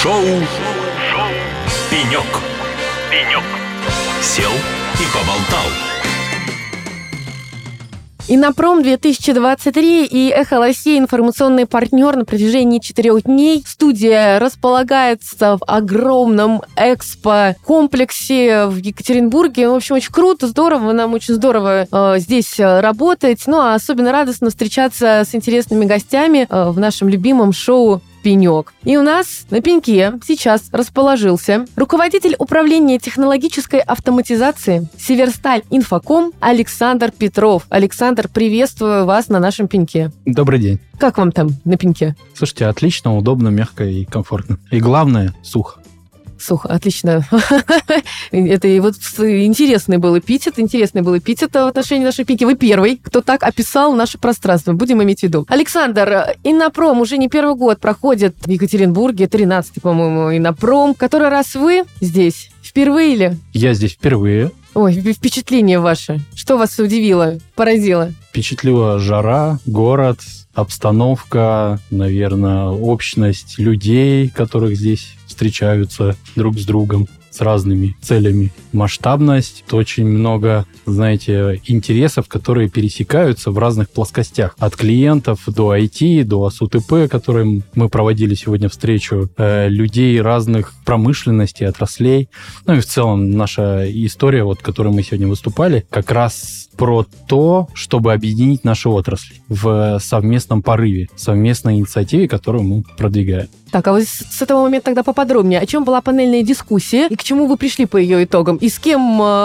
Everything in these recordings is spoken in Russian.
Шоу «Пенек». Сел и поболтал. Иннопром 2023 и «Эхо России» информационный партнер на протяжении 4 дней. Студия располагается в огромном экспо-комплексе в Екатеринбурге. В общем, очень круто, здорово. Нам очень здорово здесь работать. Ну, а особенно радостно встречаться с интересными гостями в нашем любимом шоу «Пенек». И у нас на пеньке сейчас расположился руководитель управления технологической автоматизации Северсталь Инфоком Александр Петров. Александр, приветствую вас на нашем пеньке. Добрый день. Как вам там на пеньке? Слушайте, отлично, удобно, мягко и комфортно. И главное, сухо. Сухо, отлично. Это и вот интересный был эпитет в отношении нашей пеньки. Вы первый, кто так описал наше пространство. Будем иметь в виду. Александр, Иннопром уже не первый год проходит в Екатеринбурге, 13-й, по-моему, Иннопром. Который раз вы здесь? Впервые ли? Я здесь впервые. Ой, впечатление ваше. Что вас удивило, поразило? Впечатлила жара, город, обстановка, наверное, общность людей, которых здесь встречаются друг с другом с разными целями. Масштабность, очень много, знаете, интересов, которые пересекаются в разных плоскостях. От клиентов до IT, до СУТП, которым мы проводили сегодня встречу, людей разных промышленностей, отраслей. Ну и в целом наша история, вот, которой мы сегодня выступали, как раз про то, чтобы объединить наши отрасли в совместном порыве, совместной инициативе, которую мы продвигаем. Так, а вот с этого момента тогда поподробнее. О чем была панельная дискуссия и к чему вы пришли по ее итогам? И с кем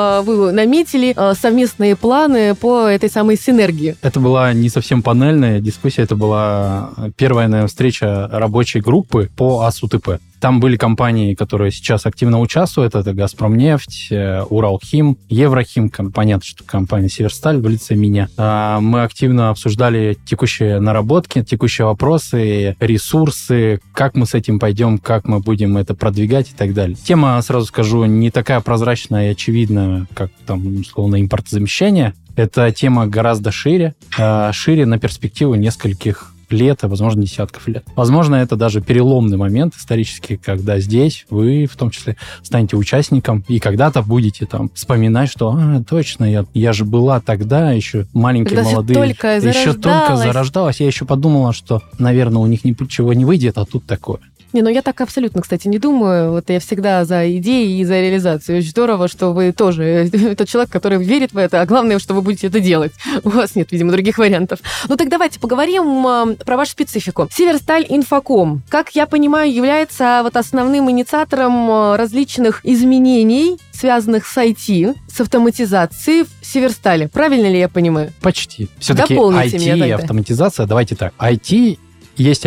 вы наметили совместные планы по этой самой синергии? Это была не совсем панельная дискуссия, это была первая, наверное, встреча рабочей группы по АСУТП. Там были компании, которые сейчас активно участвуют. Это «Газпромнефть», «Уралхим», «Еврохим». Понятно, что компания «Северсталь» в лице меня. Мы активно обсуждали текущие наработки, текущие вопросы, ресурсы, как мы с этим пойдем, как мы будем это продвигать и так далее. Тема, сразу скажу, не такая прозрачная и очевидная, как там, условно, импортозамещение. Эта тема гораздо шире на перспективу нескольких лет, а возможно, десятков лет. Возможно, это даже переломный момент исторический, когда здесь вы, в том числе, станете участником и когда-то будете там вспоминать, что точно, я же была тогда еще маленькие, молодые, еще только зарождалась. Я еще подумала, что, наверное, у них ничего не выйдет, а тут такое. Я так абсолютно, кстати, не думаю. Вот я всегда за идеи и за реализацию. Очень здорово, что вы тоже тот человек, который верит в это, а главное, что вы будете это делать. У вас нет, видимо, других вариантов. Ну так давайте поговорим про вашу специфику. Северсталь Инфоком, как я понимаю, является вот основным инициатором различных изменений, связанных с IT, с автоматизацией в Северстале. Правильно ли я понимаю? Почти. Все-таки дополните IT и автоматизация, давайте так. IT, есть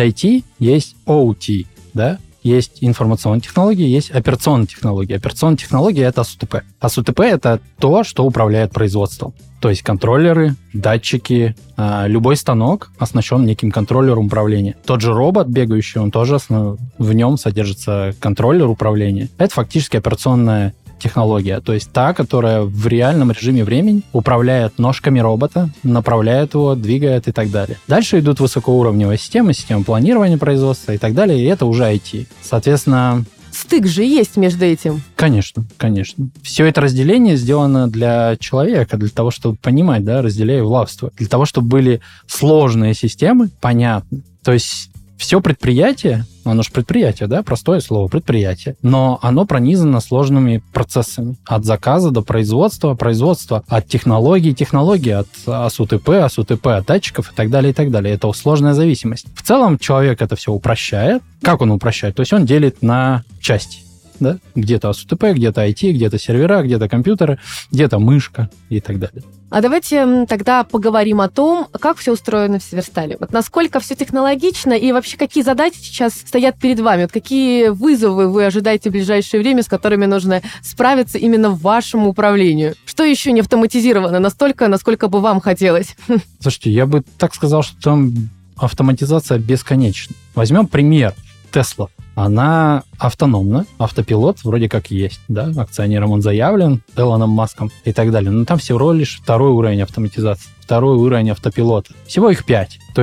OT, да? Есть информационные технологии, есть операционные технологии. Операционные технологии — это АСУТП. АСУТП — это то, что управляет производством. То есть контроллеры, датчики, любой станок оснащен неким контроллером управления. Тот же робот бегающий, он тоже в нем содержится контроллер управления. Это фактически операционная технология, то есть та, которая в реальном режиме времени управляет ножками робота, направляет его, двигает и так далее. Дальше идут высокоуровневые системы планирования производства и так далее, и это уже IT. Соответственно, стык же есть между этим. Конечно. Все это разделение сделано для человека, для того, чтобы понимать, да, разделяя и властвуя. Для того, чтобы были сложные системы, понятны. То есть все предприятие, оно же предприятие, да, простое слово, предприятие, но оно пронизано сложными процессами. От заказа до производства от технологий от АСУТП от датчиков и так далее, и так далее. Это сложная зависимость. В целом человек это все упрощает. Как он упрощает? То есть он делит на части. Да? Где-то АСУТП, где-то IT, где-то сервера, где-то компьютеры, где-то мышка и так далее. А давайте тогда поговорим о том, как все устроено в Северстале. Вот насколько все технологично и вообще какие задачи сейчас стоят перед вами? Вот какие вызовы вы ожидаете в ближайшее время, с которыми нужно справиться именно в вашем управлении? Что еще не автоматизировано настолько, насколько бы вам хотелось? Слушайте, я бы так сказал, что там автоматизация бесконечна. Возьмем пример. Тесла. Она автономна, автопилот вроде как есть, да, акционером он заявлен, Элоном Маском и так далее. Но там всего лишь второй уровень автоматизации, второй уровень автопилота. Всего их 5. То есть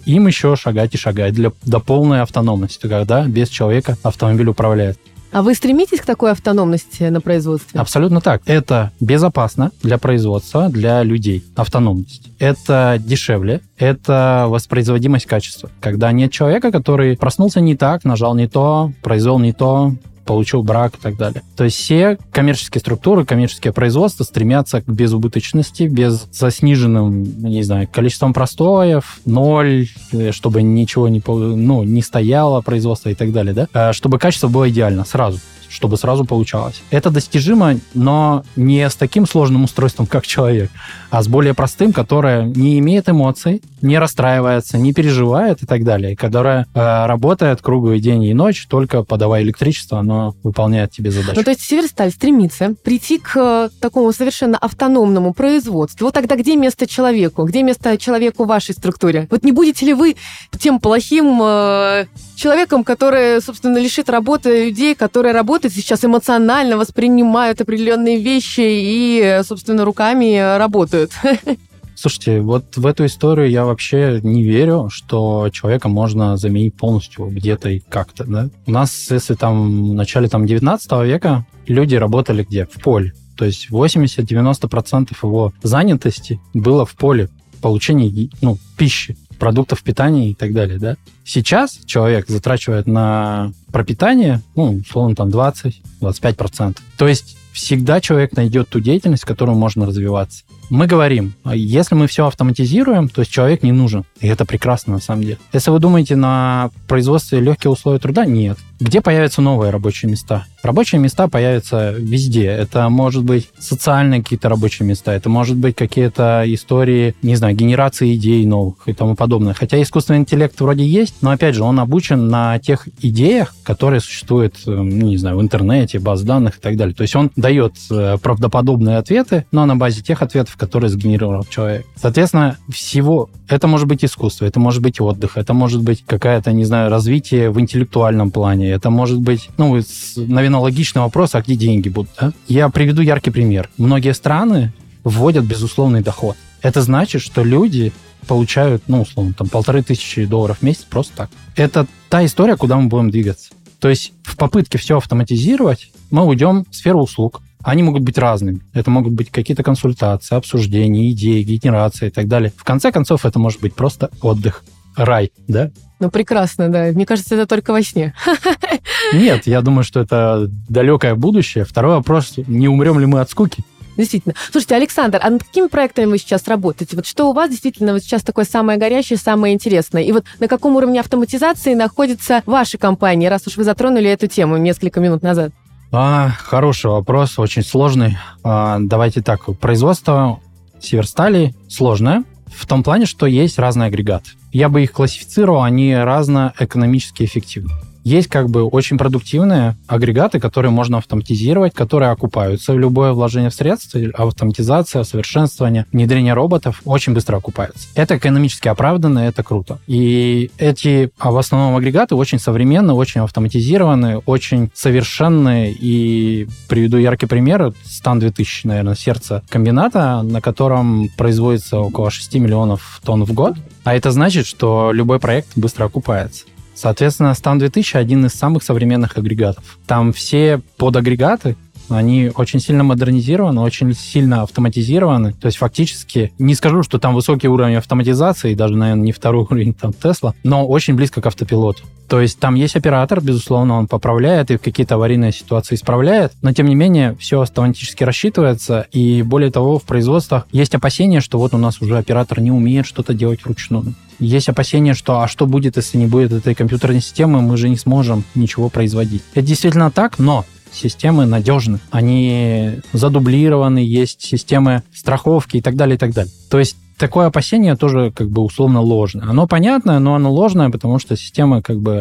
им еще шагать и шагать до полной автономности, когда без человека автомобиль управляет. А вы стремитесь к такой автономности на производстве? Абсолютно так. Это безопасно для производства, для людей. Автономность. Это дешевле, это воспроизводимость качества. Когда нет человека, который проснулся не так, нажал не то, произвел не то, получил брак и так далее. То есть все коммерческие структуры, коммерческие производства стремятся к безубыточности, со сниженным, не знаю, количеством простоев, 0, чтобы ничего не стояло, производство и так далее, да? Чтобы качество было идеально сразу, чтобы сразу получалось. Это достижимо, но не с таким сложным устройством, как человек, а с более простым, которое не имеет эмоций, не расстраивается, не переживает и так далее, которое работает круглый день и ночь, только подавая электричество, оно выполняет тебе задачу. Ну, то есть Северсталь стремится прийти к такому совершенно автономному производству. Вот тогда где место человеку? Где место человеку в вашей структуре? Вот не будете ли вы тем плохим человеком, который, собственно, лишит работы людей, которые работают сейчас эмоционально, воспринимают определенные вещи и, собственно, руками работают? Слушайте, вот в эту историю я вообще не верю, что человека можно заменить полностью где-то и как-то, да? У нас, если там в начале 19 века люди работали где? В поле. То есть 80-90% его занятости было в поле, получение пищи, продуктов питания и так далее, да? Сейчас человек затрачивает на пропитание, условно, 20-25%. То есть всегда человек найдет ту деятельность, в которой можно развиваться. Мы говорим, если мы все автоматизируем, то есть человек не нужен. И это прекрасно на самом деле. Если вы думаете на производстве легкие условия труда, нет. Где появятся новые рабочие места? Рабочие места появятся везде. Это может быть социальные какие-то рабочие места, это может быть какие-то истории, не знаю, генерации идей новых и тому подобное. Хотя искусственный интеллект вроде есть, но опять же он обучен на тех идеях, которые существуют, не знаю, в интернете, баз данных и так далее. То есть он дает правдоподобные ответы, но на базе тех ответов, которые сгенерировал человек. Соответственно, всего это может быть искусство, это может быть отдых, это может быть какая-то, не знаю, развитие в интеллектуальном плане, это может быть, наверное, логичный вопрос, а где деньги будут, да? Я приведу яркий пример. Многие страны вводят безусловный доход. Это значит, что люди получают, условно, $1500 в месяц просто так. Это та история, куда мы будем двигаться. То есть в попытке все автоматизировать мы уйдем в сферу услуг. Они могут быть разными. Это могут быть какие-то консультации, обсуждения, идеи, генерация и так далее. В конце концов, это может быть просто отдых, рай, да? Прекрасно, да. Мне кажется, это только во сне. Нет, я думаю, что это далекое будущее. Второй вопрос, не умрем ли мы от скуки? Действительно. Слушайте, Александр, а над какими проектами вы сейчас работаете? Вот что у вас действительно сейчас такое самое горячее, самое интересное? И вот на каком уровне автоматизации находится ваша компания, раз уж вы затронули эту тему несколько минут назад? Хороший вопрос, очень сложный. Давайте так, производство Северстали сложное в том плане, что есть разные агрегаты. Я бы их классифицировал, они разноэкономически эффективны. Есть очень продуктивные агрегаты, которые можно автоматизировать, которые окупаются. Любое вложение в средства, автоматизация, совершенствование, внедрение роботов очень быстро окупаются. Это экономически оправданно, это круто. И эти, в основном, агрегаты очень современные, очень автоматизированные, очень совершенные. И приведу яркий пример. Стан 2000, наверное, сердце комбината, на котором производится около 6 миллионов тонн в год. А это значит, что любой проект быстро окупается. Соответственно, Стан 2000 один из самых современных агрегатов. Там все подагрегаты, они очень сильно модернизированы, очень сильно автоматизированы. То есть фактически, не скажу, что там высокий уровень автоматизации, даже, наверное, не второй уровень Tesla, но очень близко к автопилоту. То есть там есть оператор, безусловно, он поправляет и какие-то аварийные ситуации исправляет, но тем не менее все автоматически рассчитывается, и более того, в производствах есть опасения, что вот у нас уже оператор не умеет что-то делать вручную. Есть опасения, что что будет, если не будет этой компьютерной системы, мы же не сможем ничего производить. Это действительно так, но системы надежны, они задублированы, есть системы страховки и так далее, и так далее. То есть такое опасение тоже условно ложное. Оно понятное, но оно ложное, потому что системы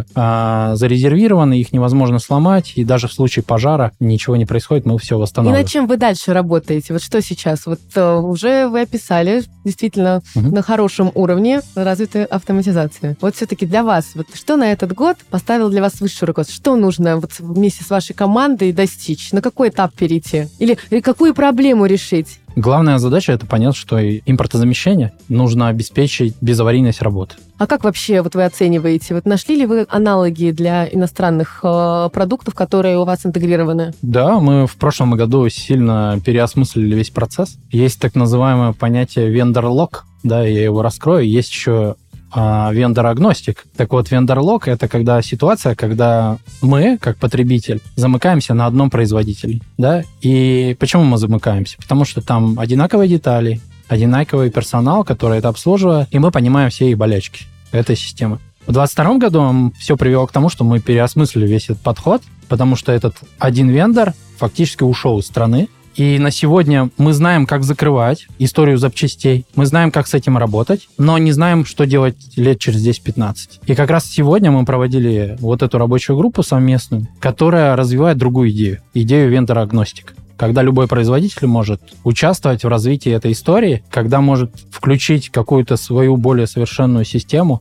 зарезервированы, их невозможно сломать, и даже в случае пожара ничего не происходит, мы все восстанавливаем. И над чем вы дальше работаете? Вот что сейчас? Вот уже вы описали действительно на хорошем уровне развитую автоматизацию. Вот все-таки для вас, вот что на этот год поставил для вас высший руководство? Что нужно вместе с вашей командой достичь? На какой этап перейти? Или какую проблему решить? Главная задача — это понять, что импортозамещение нужно обеспечить безаварийность работы. А как вообще вот вы оцениваете? Вот нашли ли вы аналоги для иностранных продуктов, которые у вас интегрированы? Да, мы в прошлом году сильно переосмыслили весь процесс. Есть так называемое понятие vendor-lock, да, я его раскрою. Есть еще vendor-агностик. Так вот, vendor-lock — это ситуация, когда мы, как потребитель, замыкаемся на одном производителе. Да? И почему мы замыкаемся? Потому что там одинаковые детали, одинаковый персонал, который это обслуживает, и мы понимаем все их болячки этой системы. В 2022 году все привело к тому, что мы переосмыслили весь этот подход, потому что этот один вендор фактически ушел из страны. И на сегодня мы знаем, как закрывать историю запчастей, мы знаем, как с этим работать, но не знаем, что делать лет через 10-15. И как раз сегодня мы проводили вот эту рабочую группу совместную, которая развивает другую идею вендора-агностика. Когда любой производитель может участвовать в развитии этой истории, когда может включить какую-то свою более совершенную систему,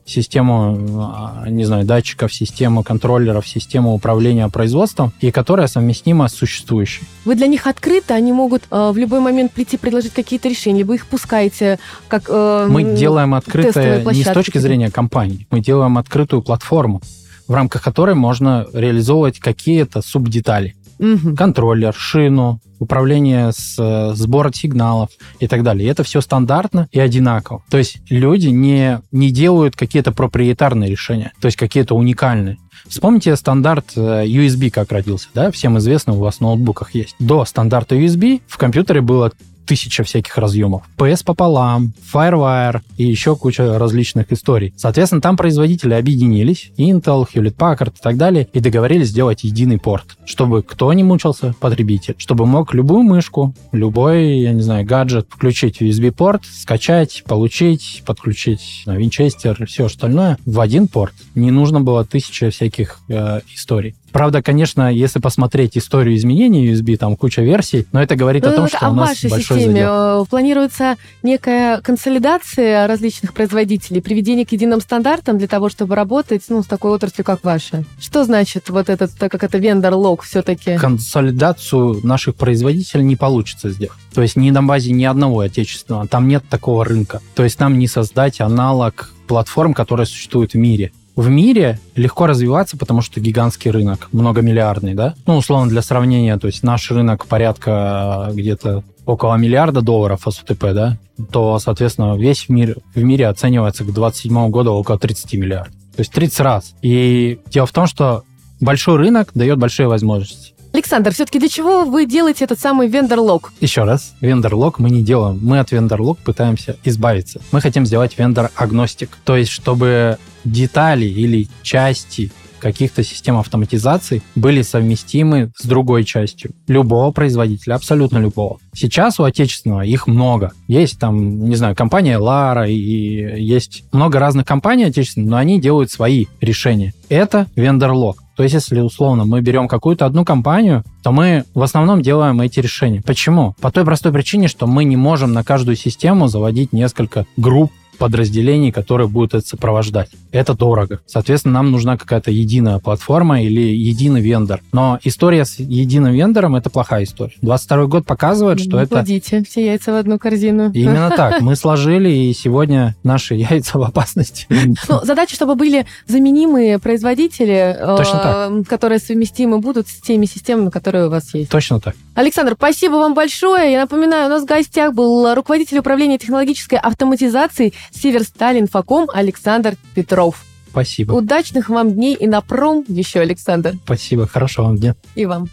не знаю, датчиков, систему контроллеров, систему управления производством, и которая совместима с существующей. Вы для них открыты, они могут в любой момент прийти, предложить какие-то решения, либо их пускаете как мы делаем открытое не с точки зрения компании, мы делаем открытую платформу, в рамках которой можно реализовывать какие-то субдетали. Контроллер, шину, управление с сбором сигналов и так далее. И это все стандартно и одинаково. То есть люди не делают какие-то проприетарные решения, то есть какие-то уникальные. Вспомните стандарт USB, как родился, да? Всем известно, у вас в ноутбуках есть. До стандарта USB в компьютере было 1000 всяких разъемов. PS пополам, FireWire и еще куча различных историй. Соответственно, там производители объединились, Intel, Hewlett-Packard и так далее, и договорились сделать единый порт, чтобы кто не мучился, потребитель, чтобы мог любую мышку, любой, я не знаю, гаджет включить в USB-порт, скачать, получить, подключить Winchester и все остальное в один порт. Не нужно было 1000 всяких историй. Правда, конечно, если посмотреть историю изменений USB, там куча версий, но это говорит о том, что у нас большой задел. Планируется некая консолидация различных производителей, приведение к единым стандартам для того, чтобы работать с такой отраслью, как ваша. Что значит вот этот, так как это вендор-лок все-таки? Консолидацию наших производителей не получится сделать. То есть ни на базе ни одного отечественного, там нет такого рынка. То есть нам не создать аналог платформ, которые существуют в мире. В мире легко развиваться, потому что гигантский рынок, многомиллиардный, да? Условно, для сравнения, то есть наш рынок порядка где-то около $1 миллиарда АСУТП, да? То, соответственно, весь мир в мире оценивается к 2027 году около 30 миллиардов. То есть 30 раз. И дело в том, что большой рынок дает большие возможности. Александр, все-таки для чего вы делаете этот самый вендор-лок? Еще раз, вендор-лок мы не делаем. Мы от вендор-лок пытаемся избавиться. Мы хотим сделать вендор-агностик. То есть, чтобы детали или части каких-то систем автоматизации были совместимы с другой частью любого производителя, абсолютно любого. Сейчас у отечественного их много. Есть там, не знаю, компания Lara, и есть много разных компаний отечественных, но они делают свои решения. Это вендор-лок. То есть, если, условно, мы берем какую-то одну компанию, то мы в основном делаем эти решения. Почему? По той простой причине, что мы не можем на каждую систему заводить несколько групп подразделений, которые будут это сопровождать. Это дорого. Соответственно, нам нужна какая-то единая платформа или единый вендор. Но история с единым вендором — это плохая история. 22 год показывает, что это... Кладите все яйца в одну корзину. Именно так. Мы сложили, и сегодня наши яйца в опасности. Задача, чтобы были заменимые производители, которые совместимы будут с теми системами, которые у вас есть. Точно так. Александр, спасибо вам большое. Я напоминаю, у нас в гостях был руководитель управления технологической автоматизацией Северсталь Инфоком Александр Петров. Спасибо. Удачных вам дней и на пром еще, Александр. Спасибо. Хорошего вам дня. И вам.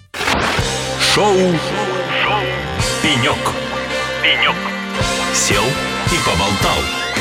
Шоу «Пенек». Сел и поболтал.